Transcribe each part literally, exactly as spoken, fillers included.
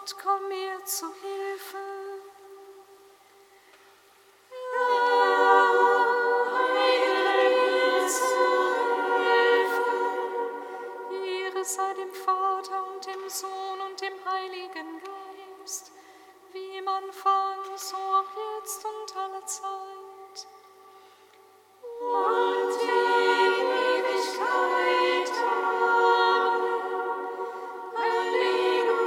komm mir zu Hilfe. Sei dem Vater und dem Sohn und dem Heiligen Geist, wie im Anfang, so auch jetzt und alle Zeit. Und in Ewigkeit. Amen. Halleluja.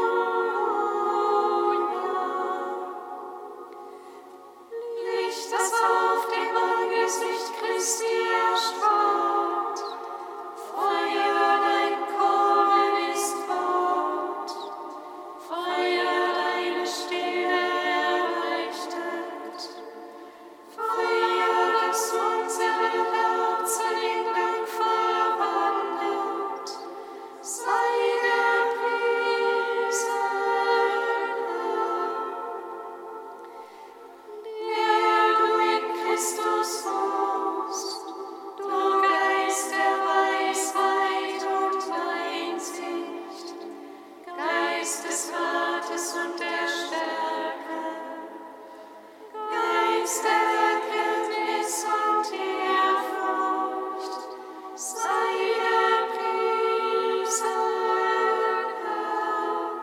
Licht, das auf dem Angesicht Christi erstrahlt, Feuer, dein Kommen ist bald, Feuer, deine Stille erleuchtet, Feuer, das unsere Herzen in Dank verwandelt, sei gepriesen, der du in Christus wohnst, du Geist der Weisheit und Einsicht, Geist des Rates und der Stärke, Geist der Erkenntnis und Ehrfurcht, sei gepriesen, Herr.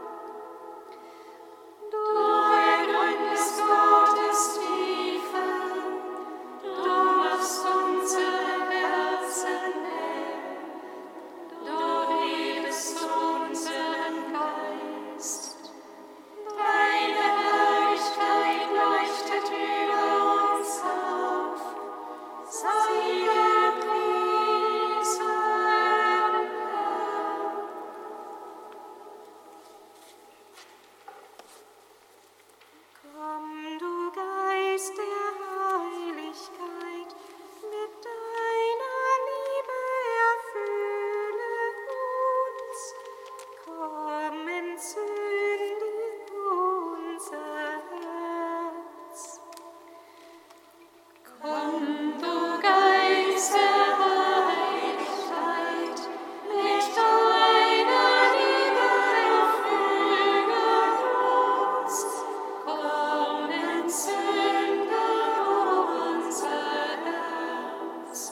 Du ergründest Gottes Tiefe, du machst unsere Herzen hell, du redest zu unserem Geist. Deine Herrlichkeit leuchtet über uns auf, sei gepriesen, Herr. Komm, du Geist der Heiligkeit, mit deiner Liebe erfülle uns. Komm, entzünde unser Herz. Komm, du Geist der Heiligkeit, mit deiner Liebe erfülle uns. Komm, entzünde unser Herz.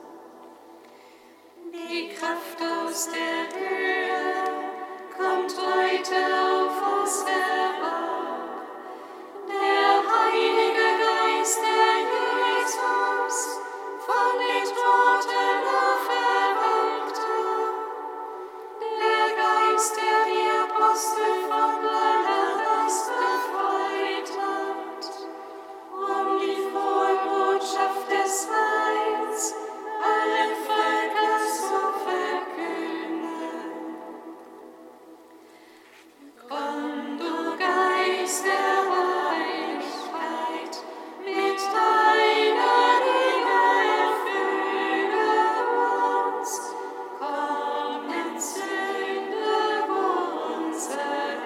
Die Kraft aus der Höhe kommt heute auf uns herab. Der Heilige Geist, der Jesus von den Toten auferweckte, der Geist, der die Apostel von aller Last befreit hat, um die frohe Botschaft des Heils allen Völkern zu verkünden. Komm, du Geist der Heiligkeit, mit deiner Liebe erfülle uns. Komm, entzünde unser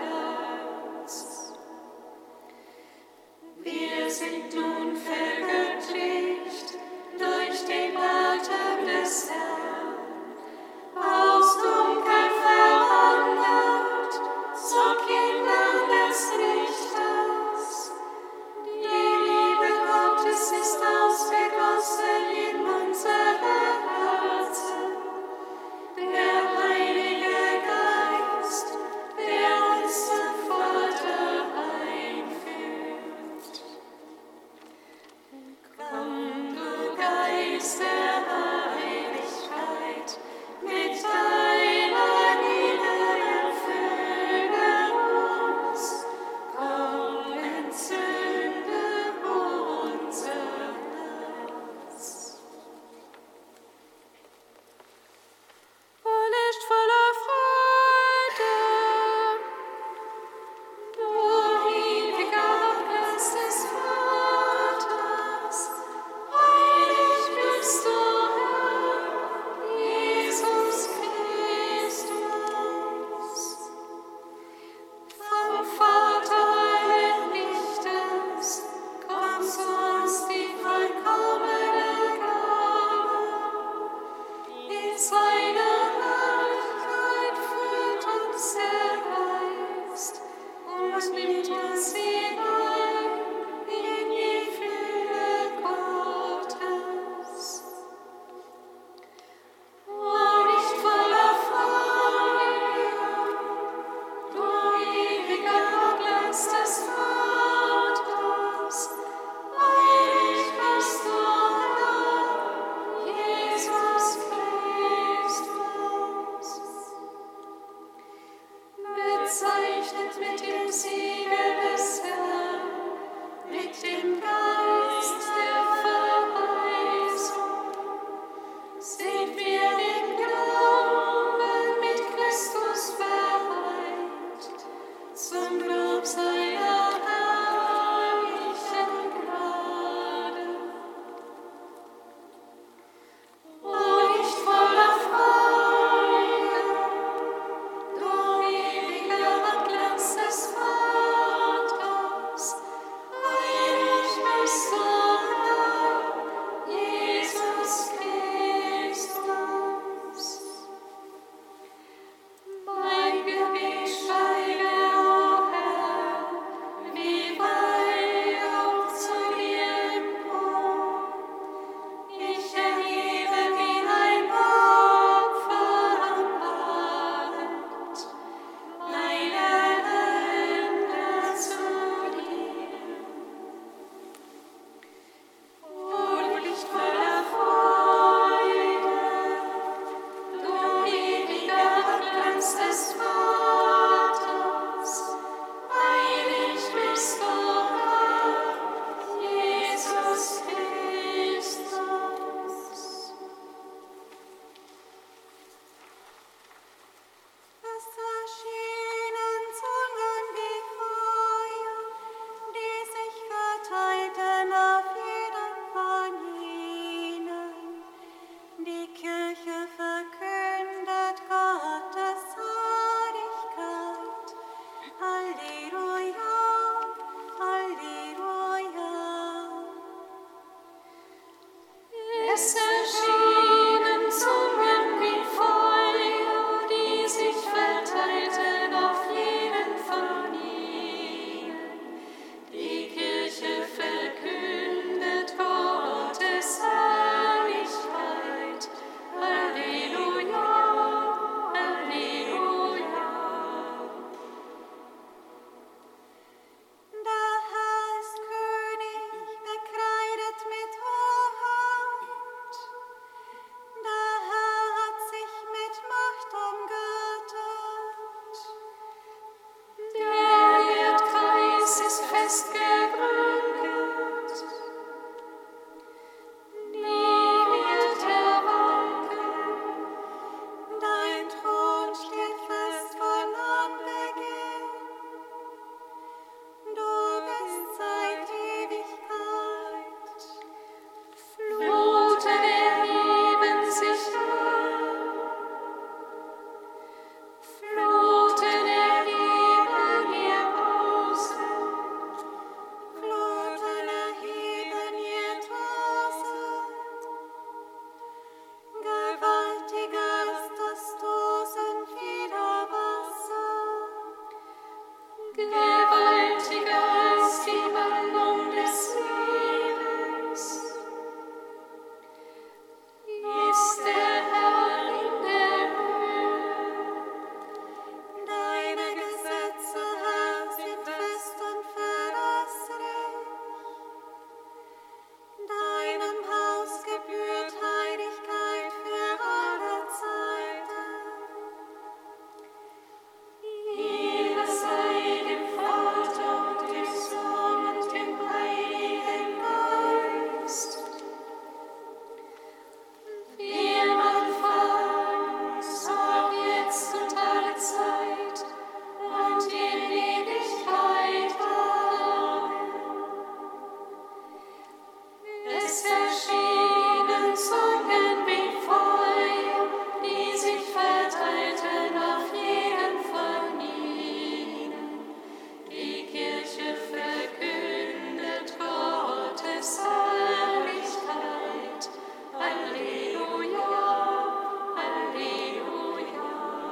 gezeichnet mit dem Siegel des Herrn, mit dem Geist der Verheißung, sind wir im Glauben mit Christus vereinigt, zum Lob seiner herrlichen Gnade. O Licht voller Freude, du ewiger Glanz des Vaters, heilig bist du, Herr, Jesus Christus. Mein Gebet steige, o Herr, wie Weihrauch zu dir empor. Ich erhebe wie ein Opfer am Abend meine Hände zu dir. O Licht voller Freude, du ewiger Glanz des Vaters, heilig bist du, Herr, Jesus Christus. Es erschienen Zungen wie Feuer, die sich verteilten auf jeden von ihnen. Die Kirche verkündet Gottes Herrlichkeit. Halleluja, Halleluja. Es erschienen Zungen wie Feuer, die sich verteilten auf jeden von ihnen. Die Kirche verkündet Gottes Herrlichkeit. Halleluja, Halleluja. Der Herr ist König, bekleidet mit Hoheit. Der Herr hat sich mit Macht umgürtet. Der Erdkreis ist fest gegründet. Nie wird er wanken. Dein Thron steht fest von Anbeginn. Du bist seit Ewigkeit. Fluten erheben sich an. Fluten erheben ihr Hause. Fluten erheben ihr Tosen. Gewaltiger ist das Tosen vieler Wasser. Gewaltiger ist die Wandlung des Lebens. Ist der Herr in der Höhe. Deine Gesetze, Herr, sind fest und verlässlich. Deinem Haus gebührt Heiligkeit für alle Zeiten. Ehre sei dem Vater und dem Sohn und dem Heiligen Geist. Wie am Anfang, so auch jetzt und alle Zeit und in Ewigkeit. Amen. Es erschienen Zungen wie Feuer, die sich verteilten auf jeden von ihnen. Die Kirche verkündet Gottes Herrlichkeit. Halleluja, Halleluja.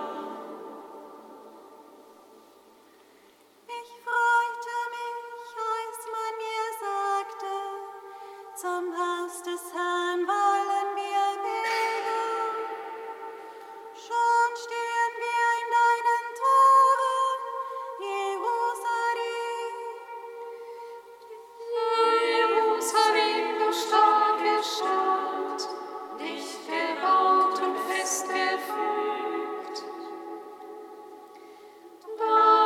Ich freute mich, als man mir sagte, zum Haus des Herrn wollen wir gehen. Schon stehen wir in deinen Toren, Jerusalem. Jerusalem, du starke Stadt, dicht gebaut und fest gefügt. Da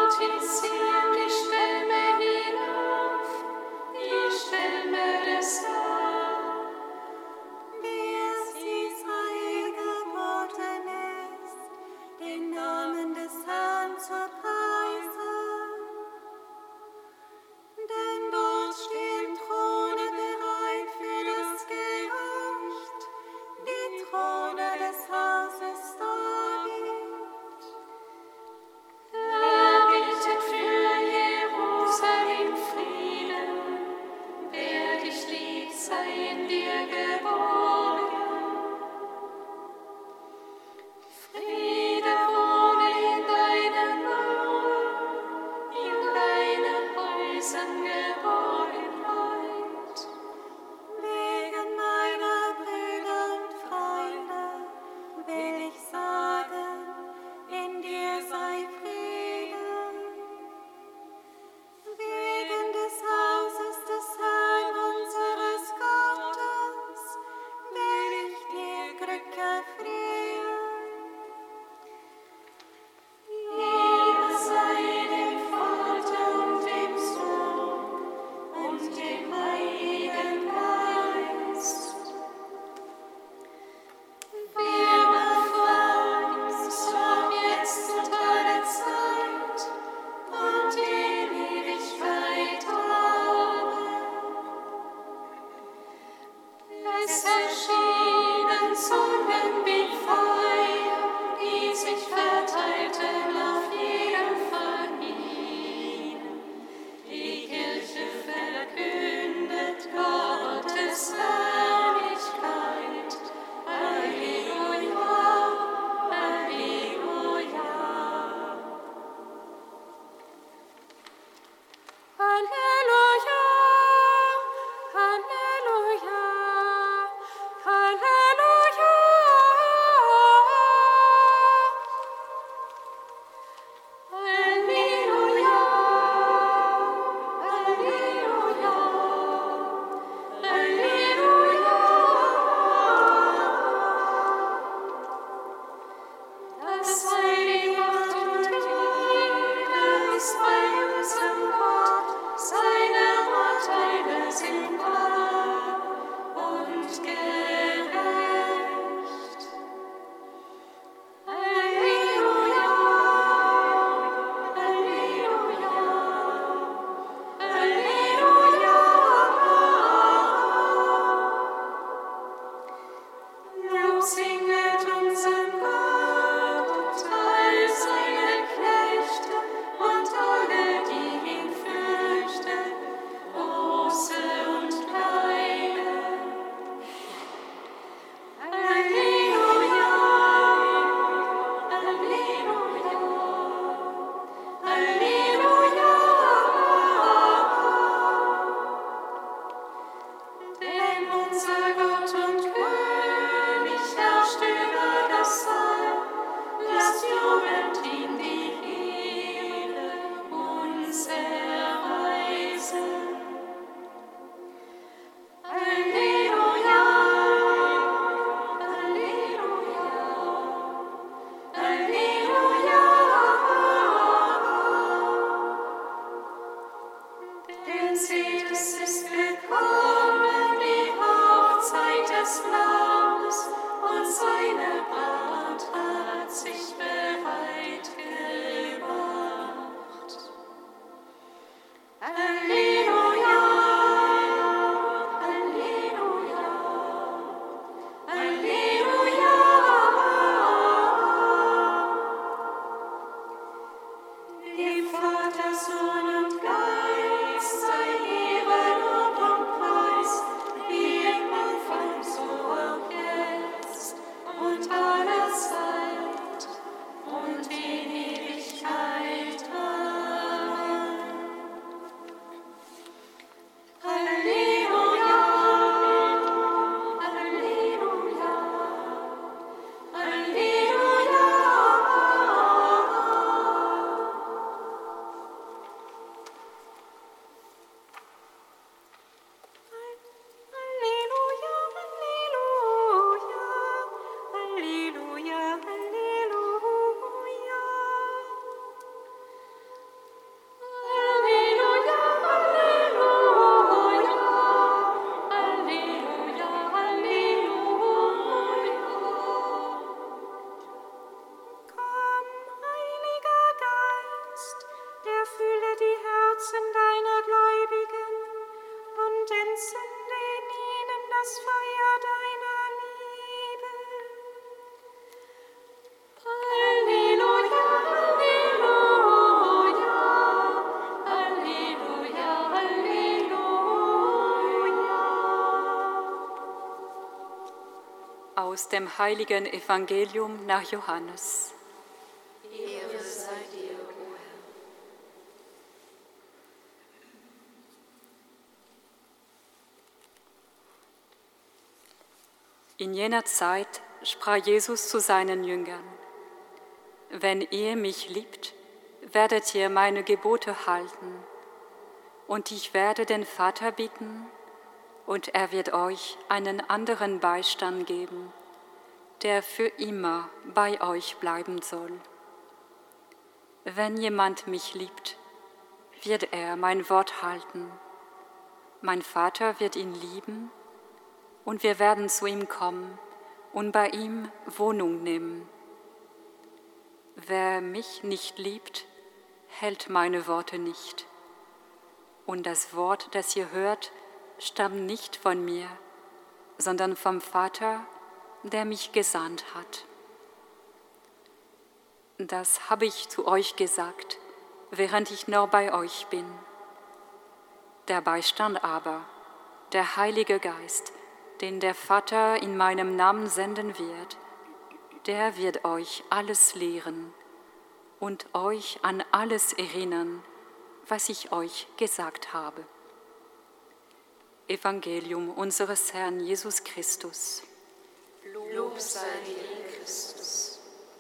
Aus dem heiligen Evangelium nach Johannes. Ehre sei dir, o Herr. In jener Zeit sprach Jesus zu seinen Jüngern: Wenn ihr mich liebt, werdet ihr meine Gebote halten, und ich werde den Vater bitten, und er wird euch einen anderen Beistand geben, der für immer bei euch bleiben soll. Wenn jemand mich liebt, wird er mein Wort halten. Mein Vater wird ihn lieben, und wir werden zu ihm kommen und bei ihm Wohnung nehmen. Wer mich nicht liebt, hält meine Worte nicht. Und das Wort, das ihr hört, stammt nicht von mir, sondern vom Vater, der mich gesandt hat. Das habe ich zu euch gesagt, während ich noch bei euch bin. Der Beistand aber, der Heilige Geist, den der Vater in meinem Namen senden wird, der wird euch alles lehren und euch an alles erinnern, was ich euch gesagt habe. Evangelium unseres Herrn Jesus Christus. Lob sei dir, Christus.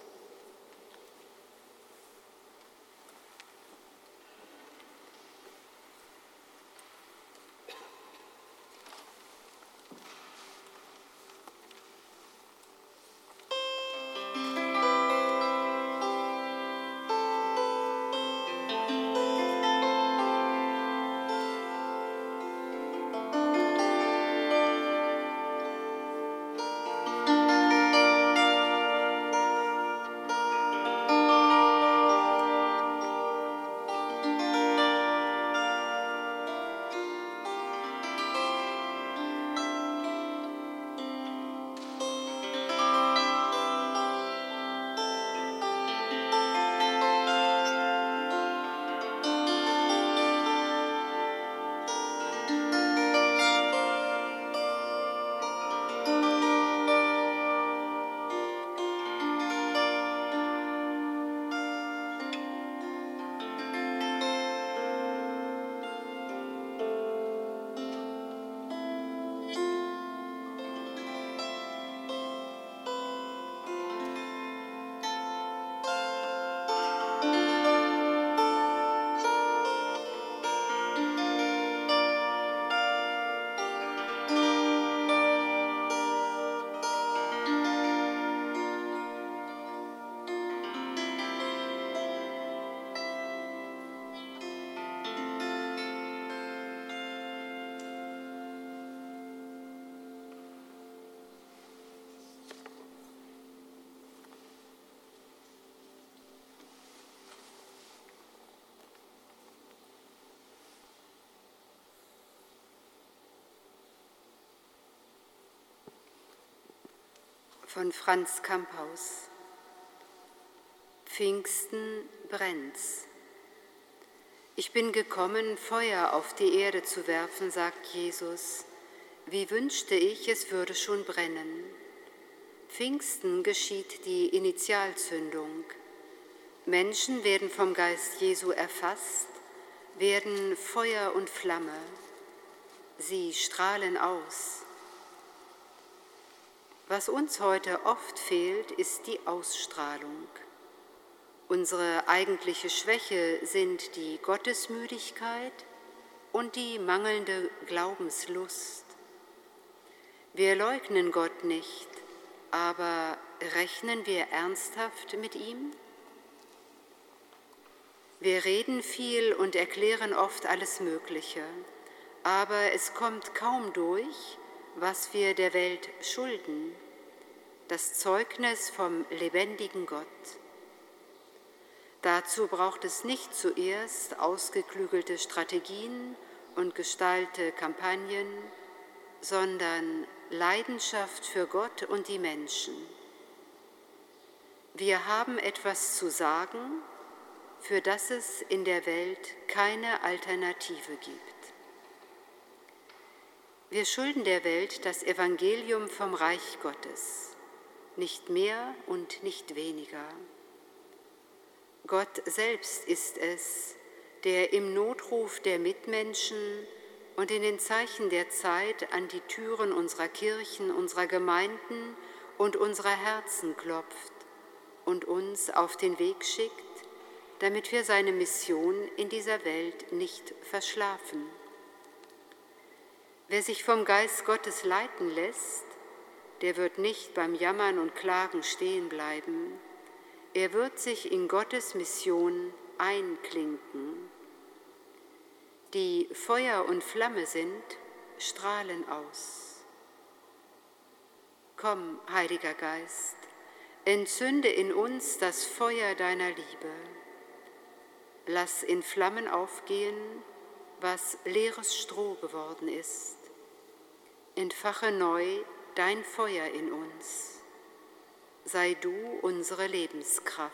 Von Franz Kamphaus. Pfingsten brennt's. Ich bin gekommen, Feuer auf die Erde zu werfen, sagt Jesus. Wie wünschte ich, es würde schon brennen. Pfingsten geschieht die Initialzündung. Menschen werden vom Geist Jesu erfasst, werden Feuer und Flamme. Sie strahlen aus. Was uns heute oft fehlt, ist die Ausstrahlung. Unsere eigentliche Schwäche sind die Gottesmüdigkeit und die mangelnde Glaubenslust. Wir leugnen Gott nicht, aber rechnen wir ernsthaft mit ihm? Wir reden viel und erklären oft alles Mögliche, aber es kommt kaum durch, was wir der Welt schulden, das Zeugnis vom lebendigen Gott. Dazu braucht es nicht zuerst ausgeklügelte Strategien und gestaltete Kampagnen, sondern Leidenschaft für Gott und die Menschen. Wir haben etwas zu sagen, für das es in der Welt keine Alternative gibt. Wir schulden der Welt das Evangelium vom Reich Gottes, nicht mehr und nicht weniger. Gott selbst ist es, der im Notruf der Mitmenschen und in den Zeichen der Zeit an die Türen unserer Kirchen, unserer Gemeinden und unserer Herzen klopft und uns auf den Weg schickt, damit wir seine Mission in dieser Welt nicht verschlafen. Wer sich vom Geist Gottes leiten lässt, der wird nicht beim Jammern und Klagen stehen bleiben. Er wird sich in Gottes Mission einklinken. Die Feuer und Flamme sind, strahlen aus. Komm, Heiliger Geist, entzünde in uns das Feuer deiner Liebe. Lass in Flammen aufgehen, was leeres Stroh geworden ist. Entfache neu dein Feuer in uns. Sei du unsere Lebenskraft.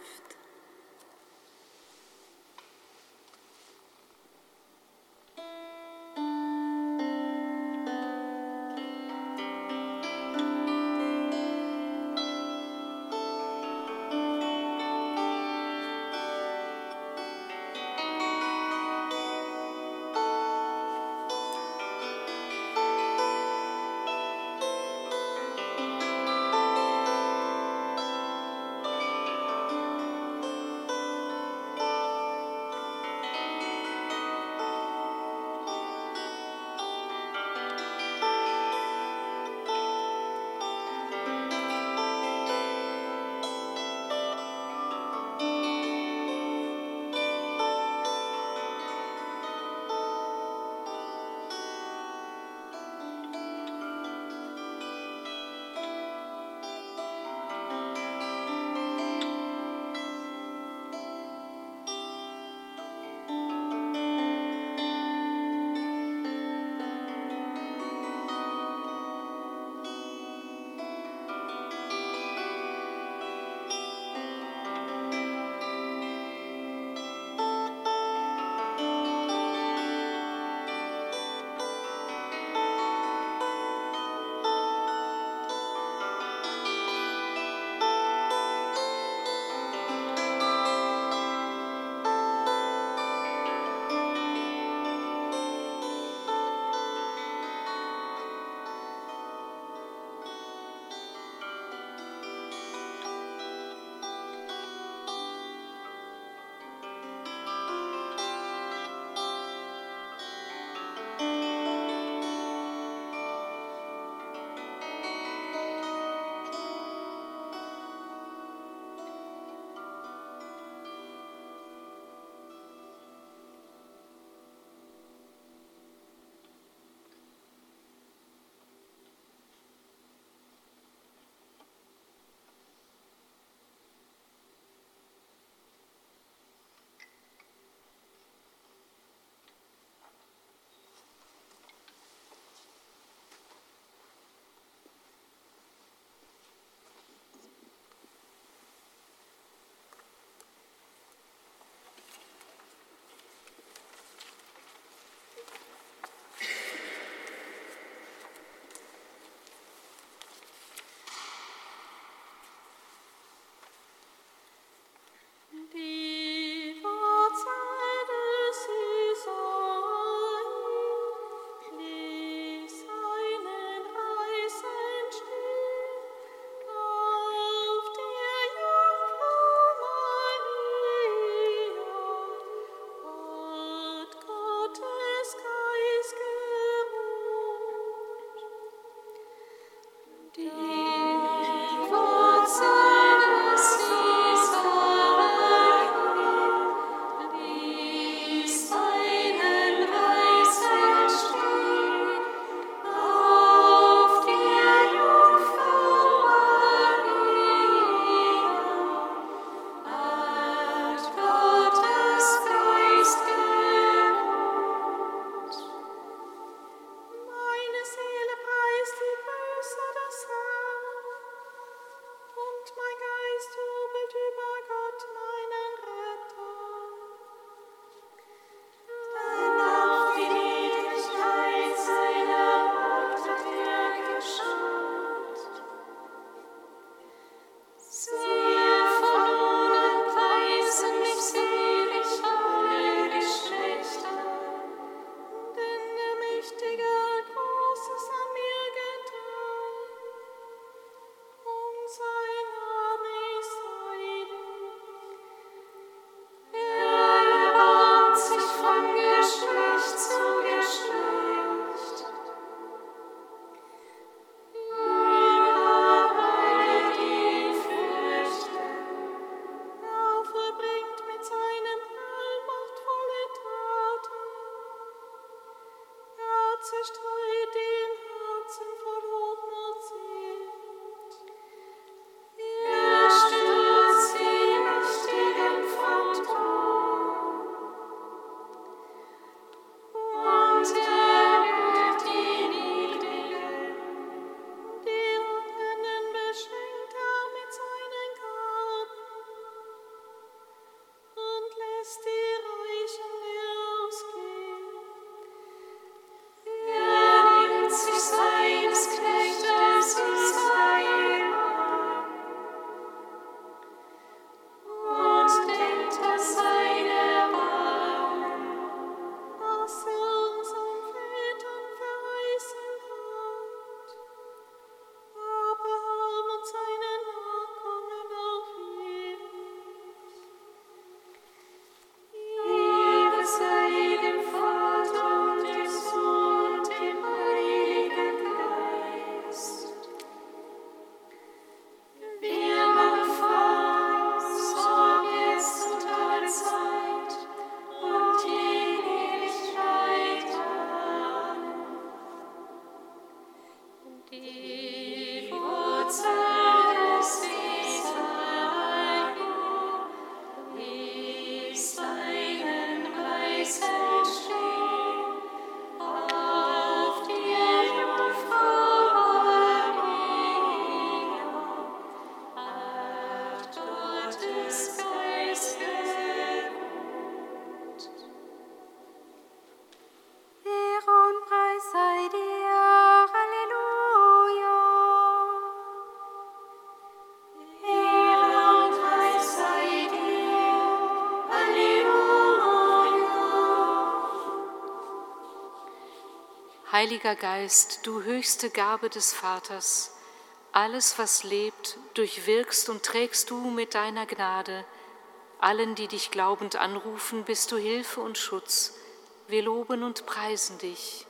Heiliger Geist, du höchste Gabe des Vaters, alles, was lebt, durchwirkst und trägst du mit deiner Gnade. Allen, die dich glaubend anrufen, bist du Hilfe und Schutz. Wir loben und preisen dich.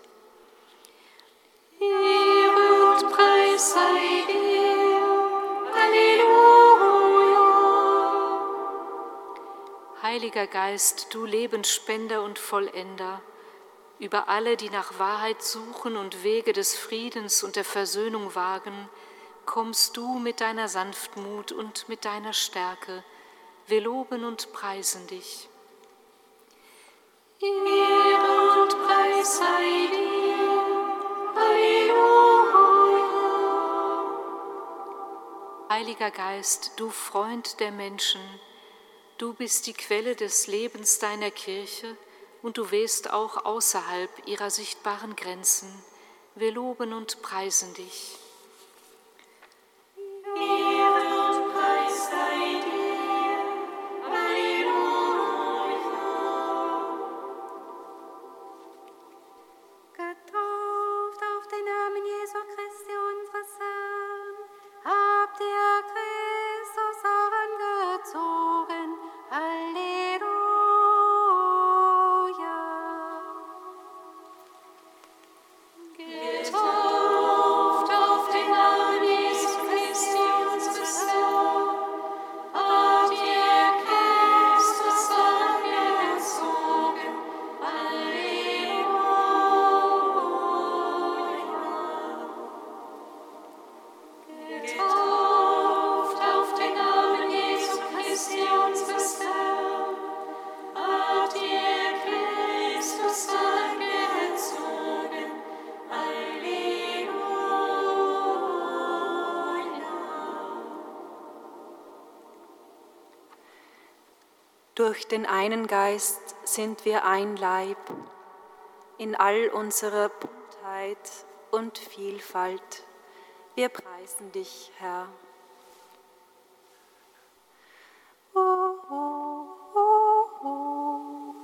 Ehre und Preis sei dir. Halleluja. Heiliger Geist, du Lebensspender und Vollender, über alle, die nach Wahrheit suchen und Wege des Friedens und der Versöhnung wagen, kommst du mit deiner Sanftmut und mit deiner Stärke. Wir loben und preisen dich. Ehre und Preis sei dir. Halleluja. Heiliger Geist, du Freund der Menschen, du bist die Quelle des Lebens deiner Kirche und du wehst auch außerhalb ihrer sichtbaren Grenzen. Wir loben und preisen dich. Ehre und Preis sei dir. Halleluja. Getauft auf den Namen Jesu Christi, unseres Herrn, habt ihr Christus herangezogen. Halleluja. Getauft auf den Namen Jesu Christi, unseres Herrn, habt ihr Christus herangezogen. Halleluja. Getauft auf den Namen Jesu Christi, unseres Herrn, habt ihr Christus herangezogen. Durch den einen Geist sind wir ein Leib, in all unserer Buntheit und Vielfalt. Wir preisen dich, Herr. Oh, oh, oh, oh.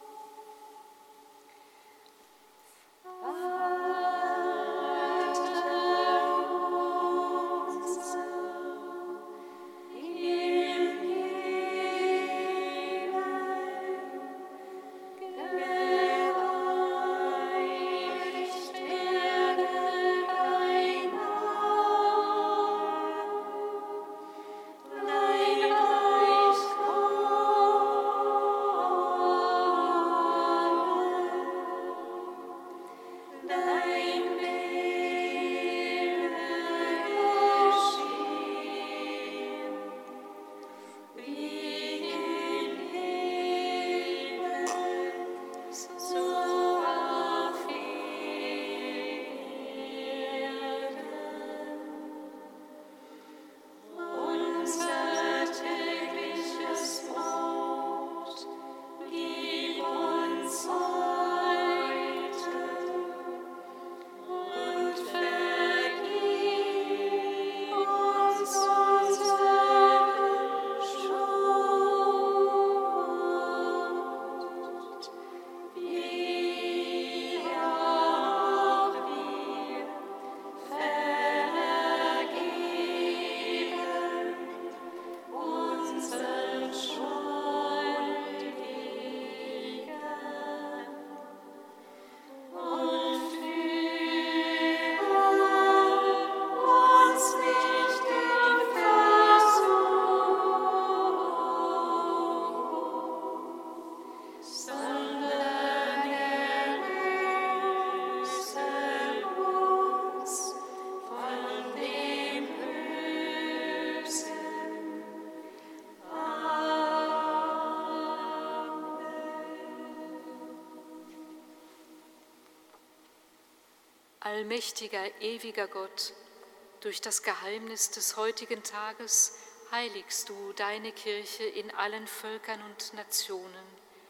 Allmächtiger, ewiger Gott, durch das Geheimnis des heutigen Tages heiligst du deine Kirche in allen Völkern und Nationen.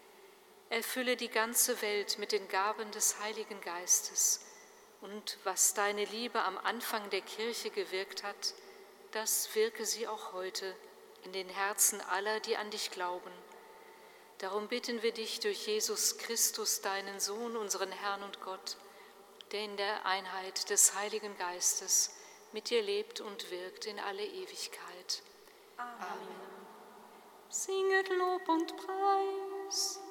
Erfülle die ganze Welt mit den Gaben des Heiligen Geistes und was deine Liebe am Anfang der Kirche gewirkt hat, das wirke sie auch heute in den Herzen aller, die an dich glauben. Darum bitten wir dich durch Jesus Christus, deinen Sohn, unseren Herrn und Gott, der in der Einheit des Heiligen Geistes mit dir lebt und wirkt in alle Ewigkeit. Amen. Singet Lob und Preis.